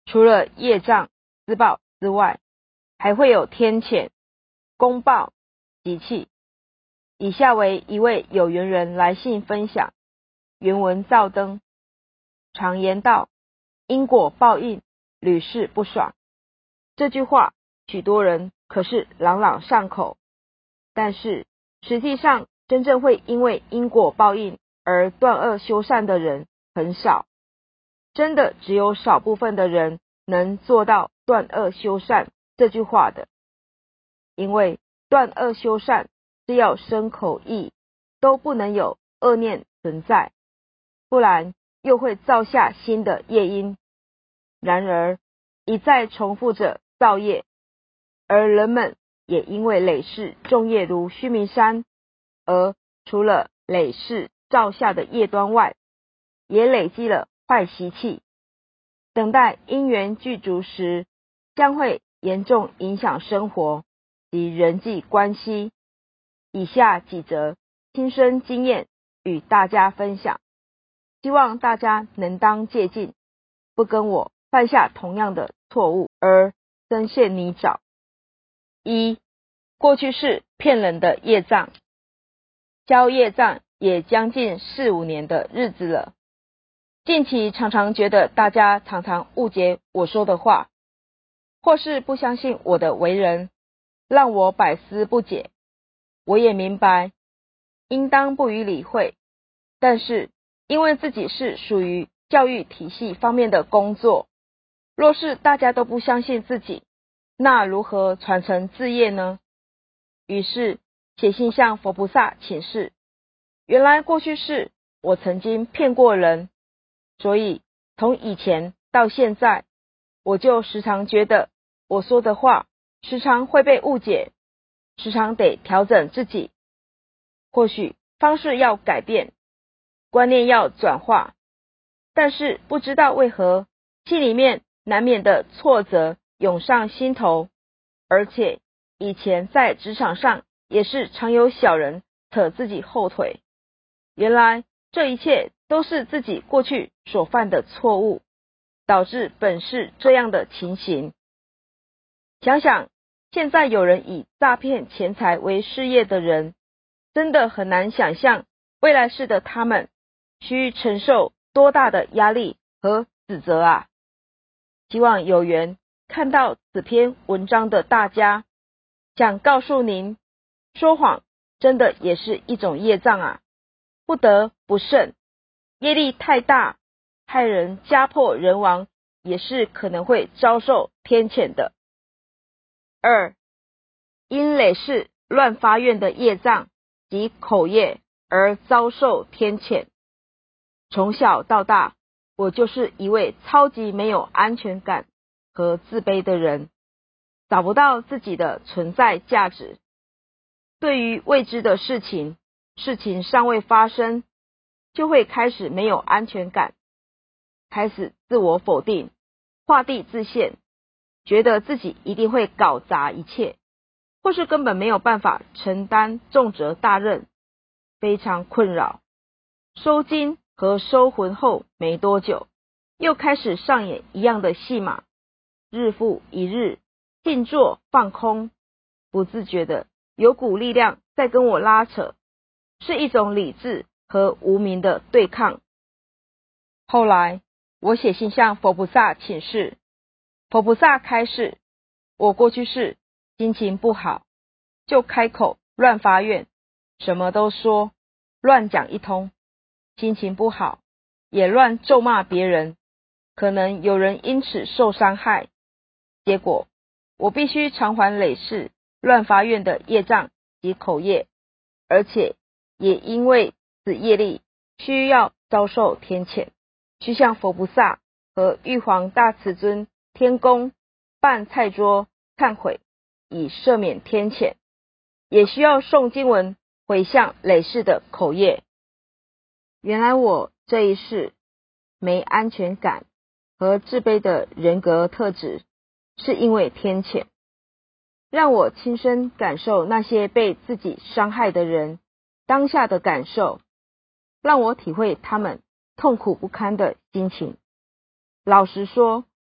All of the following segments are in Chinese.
除了业障、私报之外，还会有天谴、公报、集气。以下为一位有缘人来信分享，原文照登。常言道，因果报应，屡试不爽。这句话许多人可是朗朗上口，但是实际上真正会因为因果报应而断恶修善的人很少，真的只有少部分的人能做到断恶修善这句话的。因为断恶修善是要身口意都不能有恶念存在，不然又会造下新的业因。然而一再重复着造业，而人们也因为累世重业如须弥山，而除了累世造下的业端外，也累积了坏习气，等待因缘具足时，将会严重影响生活及人际关系。以下几则亲身经验与大家分享，希望大家能当借鉴，不跟我犯下同样的错误而深陷泥沼。一、过去是骗人的业障。消业障也将近4、5年的日子了，近期常常觉得大家常常误解我说的话，或是不相信我的为人，让我百思不解。我也明白应当不予理会，但是因为自己是属于教育体系方面的工作，若是大家都不相信自己，那如何传承志业呢？于是写信向佛菩萨请示，原来过去是我曾经骗过人，所以从以前到现在，我就时常觉得我说的话时常会被误解，时常得调整自己。或许方式要改变，观念要转化，但是不知道为何心里面难免的挫折涌上心头，而且以前在职场上也是常有小人扯自己后腿。原来这一切都是自己过去所犯的错误，导致本是这样的情形。想想现在有人以诈骗钱财为事业的人，真的很难想象未来世的他们需承受多大的压力和指责啊！希望有缘看到此篇文章的大家，想告诉您，说谎真的也是一种业障啊，不得不慎，业力太大，害人家破人亡，也是可能会遭受天谴的。2、因累世乱发愿的业障及口业而遭受天谴。从小到大，我就是一位超级没有安全感和自卑的人，找不到自己的存在价值。对于未知的事情，事情尚未发生，就会开始没有安全感，开始自我否定，画地自限，觉得自己一定会搞砸一切，或是根本没有办法承担重责大任，非常困扰。收金和收魂后没多久，又开始上演一样的戏码，日复一日，静坐放空，不自觉的有股力量在跟我拉扯，是一种理智和无明的对抗。后来我写信向佛菩萨请示，佛菩萨开示，我过去是心情不好，就开口乱发愿，什么都说，乱讲一通，心情不好也乱咒骂别人，可能有人因此受伤害，结果我必须偿还累世乱发愿的业障及口业，而且也因为此业力需要遭受天谴，去向佛菩萨和玉皇大慈尊天公办菜桌忏悔，以赦免天谴，也需要诵经文回向累世的口业。原来我这一世没安全感和自卑的人格特质，是因为天谴，让我亲身感受那些被自己伤害的人当下的感受，让我体会他们痛苦不堪的心情。老实说，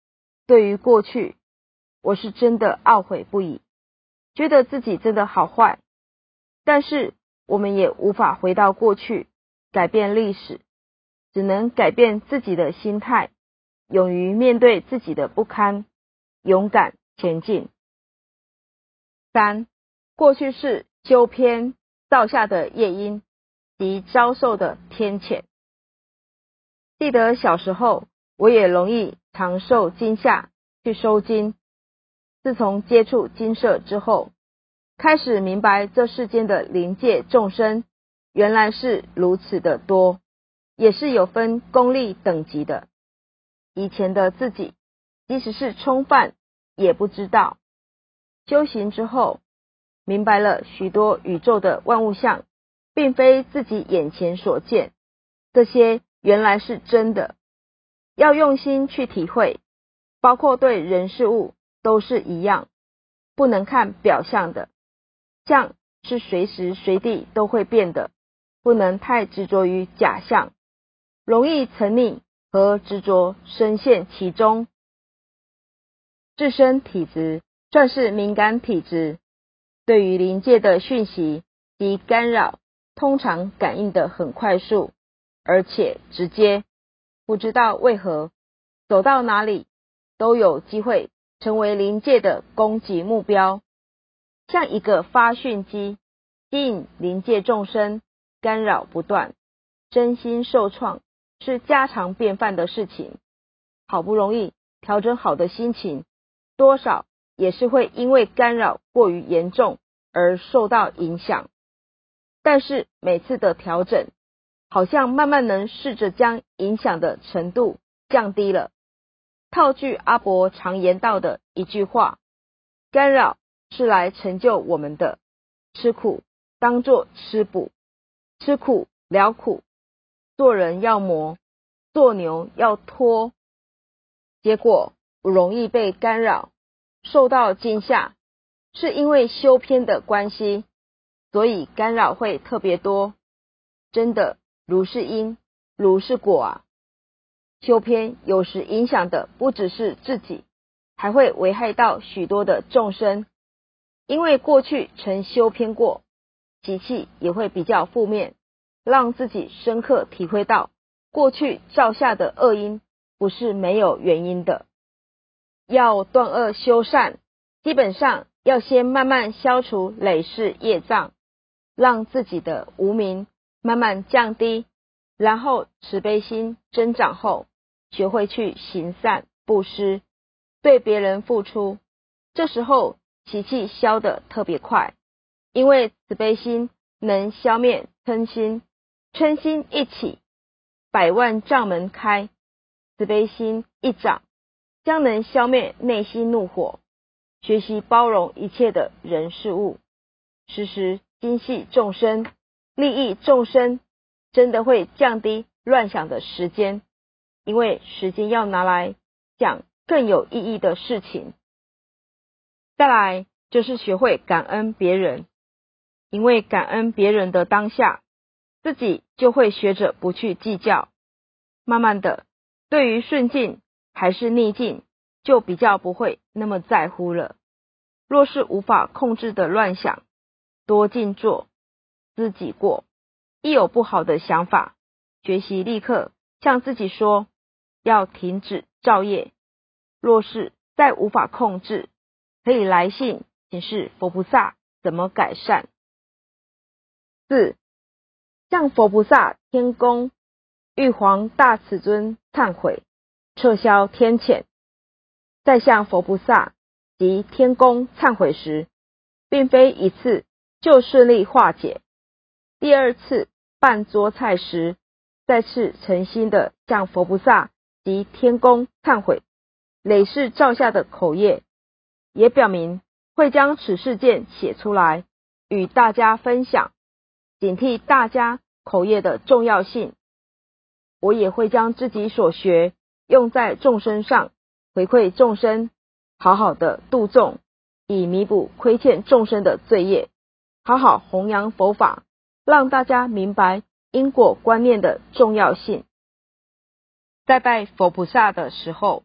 对于过去，我是真的懊悔不已，觉得自己真的好坏。但是我们也无法回到过去，改变历史，只能改变自己的心态，勇于面对自己的不堪，勇敢前进。3. 过去是修篇造下的业因及遭受的天谴。记得小时候，我也容易常受惊吓去收惊。自从接触精舍之后，开始明白这世间的灵界众生原来是如此的多，也是有分功力等级的。以前的自己即使是冲犯也不知道，修行之后明白了许多宇宙的万物相并非自己眼前所见，这些原来是真的，要用心去体会，包括对人事物都是一样，不能看表象的，相是随时随地都会变的，不能太执着于假象，容易沉溺和执着深陷其中。自身体质算是敏感体质，对于灵界的讯息及干扰，通常感应得很快速，而且直接，不知道为何走到哪里都有机会成为灵界的攻击目标，像一个发讯机，吸引灵界众生，干扰不断，身心受创是家常便饭的事情。好不容易调整好的心情，多少也是会因为干扰过于严重而受到影响。但是每次的调整，好像慢慢能试着将影响的程度降低了。套句阿伯常言道的一句话，干扰是来成就我们的，吃苦当作吃补，吃苦了苦，做人要磨，做牛要拖。结果不容易被干扰，受到惊吓，是因为修篇的关系，所以干扰会特别多。真的如是因，如是果啊！修篇有时影响的不只是自己，还会危害到许多的众生。因为过去曾修篇过，习气也会比较负面，让自己深刻体会到过去造下的恶因不是没有原因的。要断恶修善，基本上要先慢慢消除累世业障，让自己的无明慢慢降低，然后慈悲心增长后，学会去行善布施，对别人付出，这时候习气消得特别快，因为慈悲心能消灭嗔心，嗔心一起，百万障门开，慈悲心一长，将能消灭内心怒火，学习包容一切的人事物，时时心系众生，利益众生，真的会降低乱想的时间，因为时间要拿来讲更有意义的事情。再来就是学会感恩别人，因为感恩别人的当下，自己就会学着不去计较，慢慢的，对于顺境还是逆境，就比较不会那么在乎了。若是无法控制的乱想，多静坐，知己过，一有不好的想法，学习立刻向自己说，要停止造业。若是再无法控制，可以来信请示佛菩萨怎么改善。4. 向佛菩萨天宫玉皇大慈尊忏悔，撤销天谴。在向佛菩萨及天宫忏悔时，并非一次就顺利化解，第二次办桌菜时，再次诚心的向佛菩萨及天宫忏悔累世造下的口业，也表明会将此事件写出来与大家分享，警惕大家口业的重要性。我也会将自己所学用在众生上，回馈众生，好好的度众，以弥补亏欠众生的罪业，好好弘扬佛法，让大家明白因果观念的重要性。在拜佛菩萨的时候，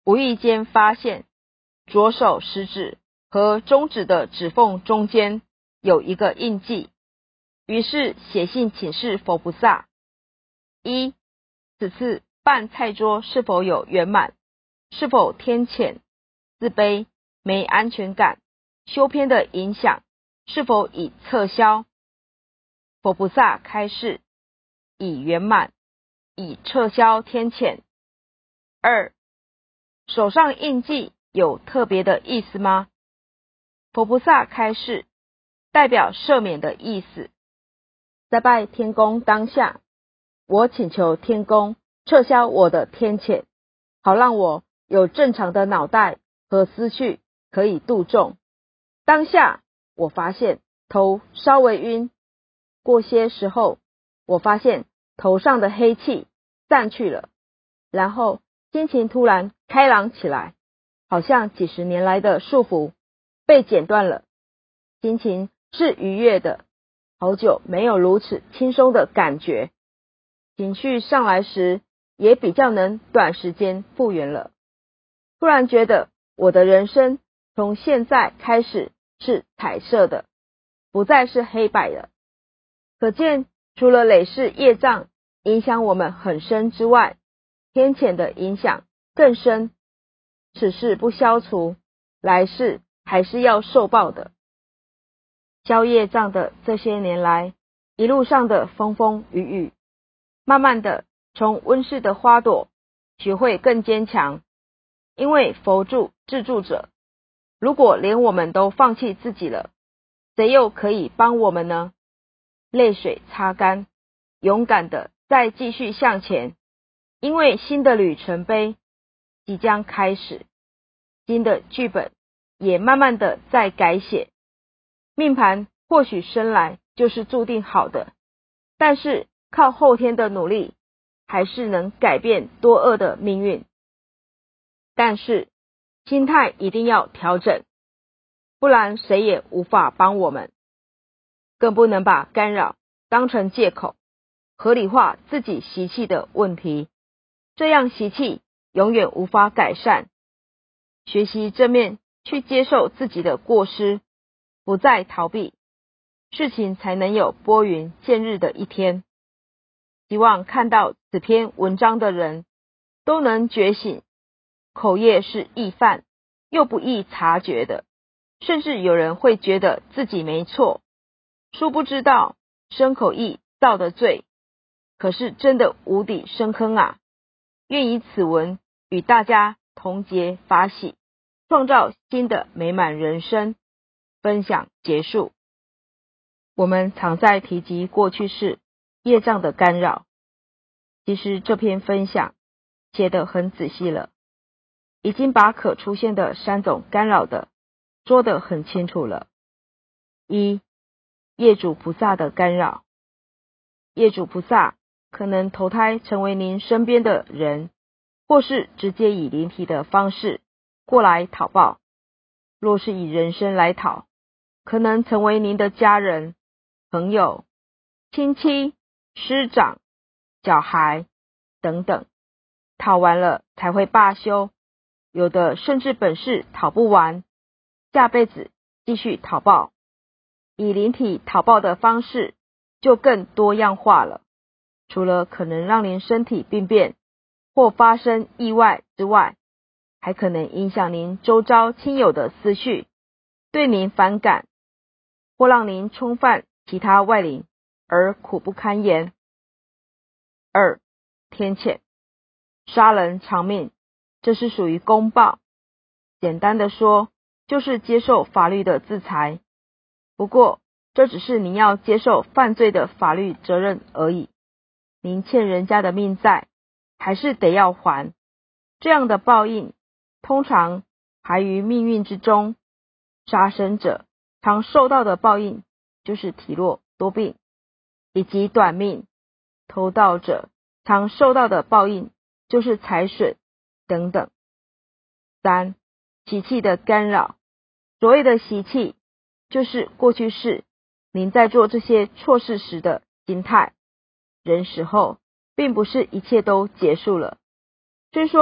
无意间发现左手食指和中指的指缝中间有一个印记，于是写信请示佛菩萨：一、此次办菜桌是否有圆满？是否天谴、自卑、没安全感、修偏的影响是否已撤销？佛菩萨开示：已圆满，已撤销天谴。二、手上印记有特别的意思吗？佛菩萨开示：代表赦免的意思。在拜天公当下，我请求天公撤销我的天谴，好让我有正常的脑袋和思绪可以度众。当下我发现头稍微晕，过些时候我发现头上的黑气散去了，然后心情突然开朗起来，好像几十年来的束缚被剪断了，心情是愉悦的，好久没有如此轻松的感觉。情绪上来时也比较能短时间复原了。突然觉得我的人生从现在开始是彩色的，不再是黑白的。可见除了累世业障影响我们很深之外，天谴的影响更深，此事不消除，来世还是要受报的。消业障的这些年来，一路上的风风雨雨，慢慢的从温室的花朵学会更坚强，因为佛助自助者，如果连我们都放弃自己了，谁又可以帮我们呢？泪水擦干，勇敢的再继续向前，因为新的里程碑即将开始，新的剧本也慢慢的在改写。命盘或许生来就是注定好的，但是靠后天的努力还是能改变多恶的命运。但是心态一定要调整，不然谁也无法帮我们，更不能把干扰当成借口，合理化自己习气的问题，这样习气永远无法改善。学习正面去接受自己的过失，不再逃避，事情才能有拨云见日的一天。希望看到此篇文章的人都能觉醒，口业是易犯又不易察觉的，甚至有人会觉得自己没错，殊不知道身口意造的罪，可是真的无底深坑啊！愿以此文与大家同结法喜，创造新的美满人生。分享结束。我们常在提及过去式业障的干扰，其实这篇分享写得很仔细了，已经把可出现的3种干扰的说得很清楚了。一、业主菩萨的干扰。业主菩萨可能投胎成为您身边的人，或是直接以灵体的方式过来讨报。若是以人身来讨，可能成为您的家人、朋友、亲戚、师长、小孩等等，讨完了才会罢休，有的甚至本事讨不完，下辈子继续讨报。以灵体讨报的方式就更多样化了，除了可能让您身体病变或发生意外之外，还可能影响您周遭亲友的思绪，对您反感，或让您冲犯其他外灵而苦不堪言。二、天谴，杀人偿命，这是属于公报，简单的说就是接受法律的制裁，不过这只是您要接受犯罪的法律责任而已，您欠人家的命债还是得要还，这样的报应通常还于命运之中。杀生者常受到的报应就是体弱多病以及短命，偷盗者常受到的报应就是财损等等。三、习气的干扰。所谓的习气，就是过去世您在做这些错事时的心态。人死后并不是一切都结束了，虽说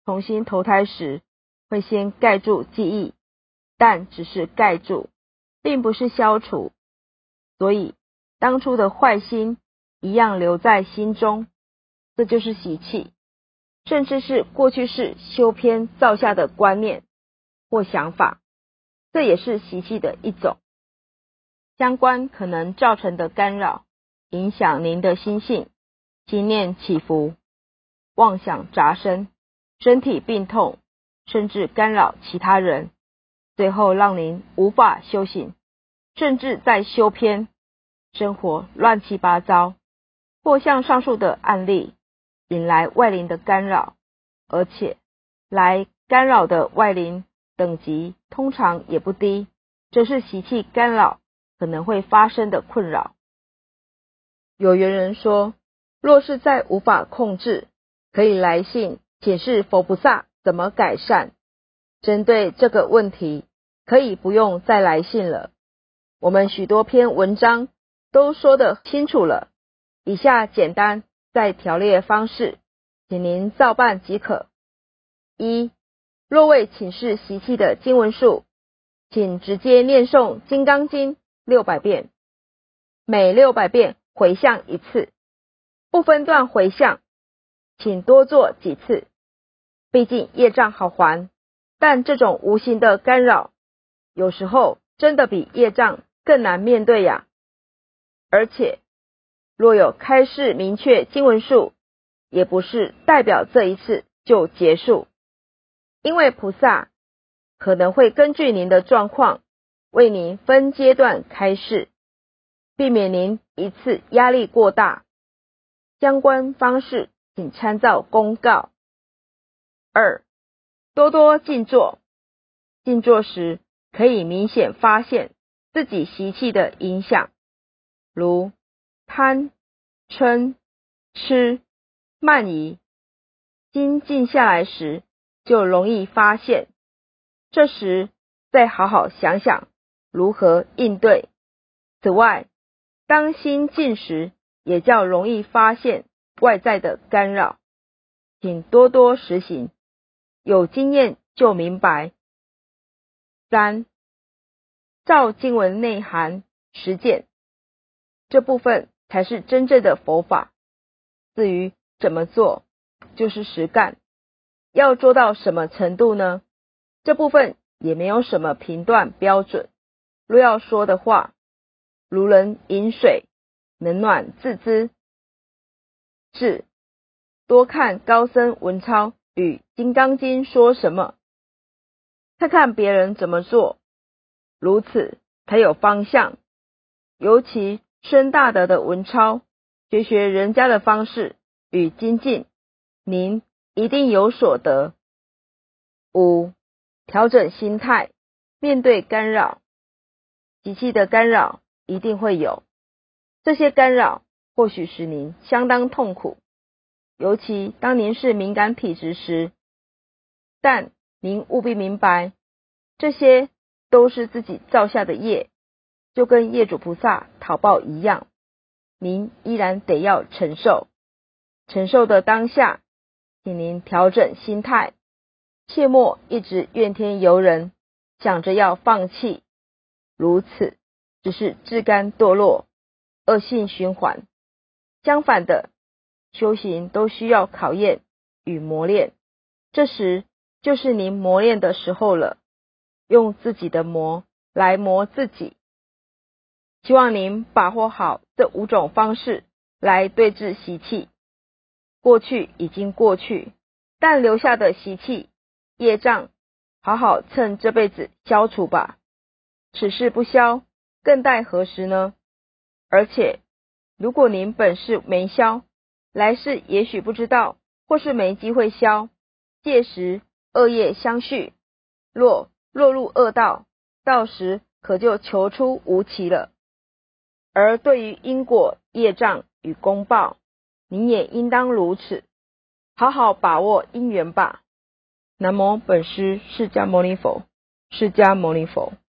重新投胎时会先盖住记忆，但只是盖住，并不是消除，所以当初的坏心一样留在心中，这就是习气，甚至是过去世修偏造下的观念或想法，这也是习气的一种。相关可能造成的干扰，影响您的心性，心念起伏，妄想杂生，身体病痛，甚至干扰其他人，最后让您无法修行，甚至在修偏，生活乱七八糟，或像上述的案例，引来外灵的干扰，而且来干扰的外灵等级通常也不低，这是习气干扰可能会发生的困扰。有缘人说，若是再无法控制，可以来信请示佛菩萨怎么改善。针对这个问题，可以不用再来信了，我们许多篇文章都说得清楚了，以下简单再条列方式，请您照办即可。一、若为请示习气的经文数，请直接念诵《金刚经》600遍，每600遍回向一次，不分段回向，请多做几次，毕竟业障好还，但这种无形的干扰，有时候真的比业障更难面对呀。而且，若有开示明确经文数，也不是代表这一次就结束，因为菩萨可能会根据您的状况，为您分阶段开示，避免您一次压力过大。相关方式请参照公告。2、多多静坐，静坐时可以明显发现自己习气的影响，如贪、嗔、痴、慢疑，心静下来时就容易发现，这时再好好想想如何应对。此外，当心静时也较容易发现外在的干扰，请多多实行，有经验就明白。3、照经文内涵实践，这部分才是真正的佛法。至于怎么做，就是实干。要做到什么程度呢？这部分也没有什么评断标准。若要说的话，如人饮水，冷暖自知。是多看高僧文钞与《金刚经》说什么，看看别人怎么做，如此才有方向。尤其深大德的文钞，学人家的方式与精进，您一定有所得。5、调整心态，面对干扰。习气的干扰一定会有，这些干扰或许使您相当痛苦，尤其当您是敏感体质时，但您务必明白，这些都是自己造下的业，就跟业主菩萨讨报一样，您依然得要承受。承受的当下，请您调整心态，切莫一直怨天尤人，想着要放弃，如此只是自甘堕落，恶性循环。相反的，修行都需要考验与磨练，这时就是您磨练的时候了，用自己的磨来磨自己。希望您把握好这5种方式来对治习气。过去已经过去，但留下的习气、业障，好好趁这辈子消除吧。此事不消，更待何时呢？而且，如果您本事没消，来世也许不知道，或是没机会消，届时恶业相续，若落入恶道，到时可就求出无期了。而对于因果、业障与公报，您也应当如此，好好把握因缘吧。南无本师释迦牟尼佛，释迦牟尼佛。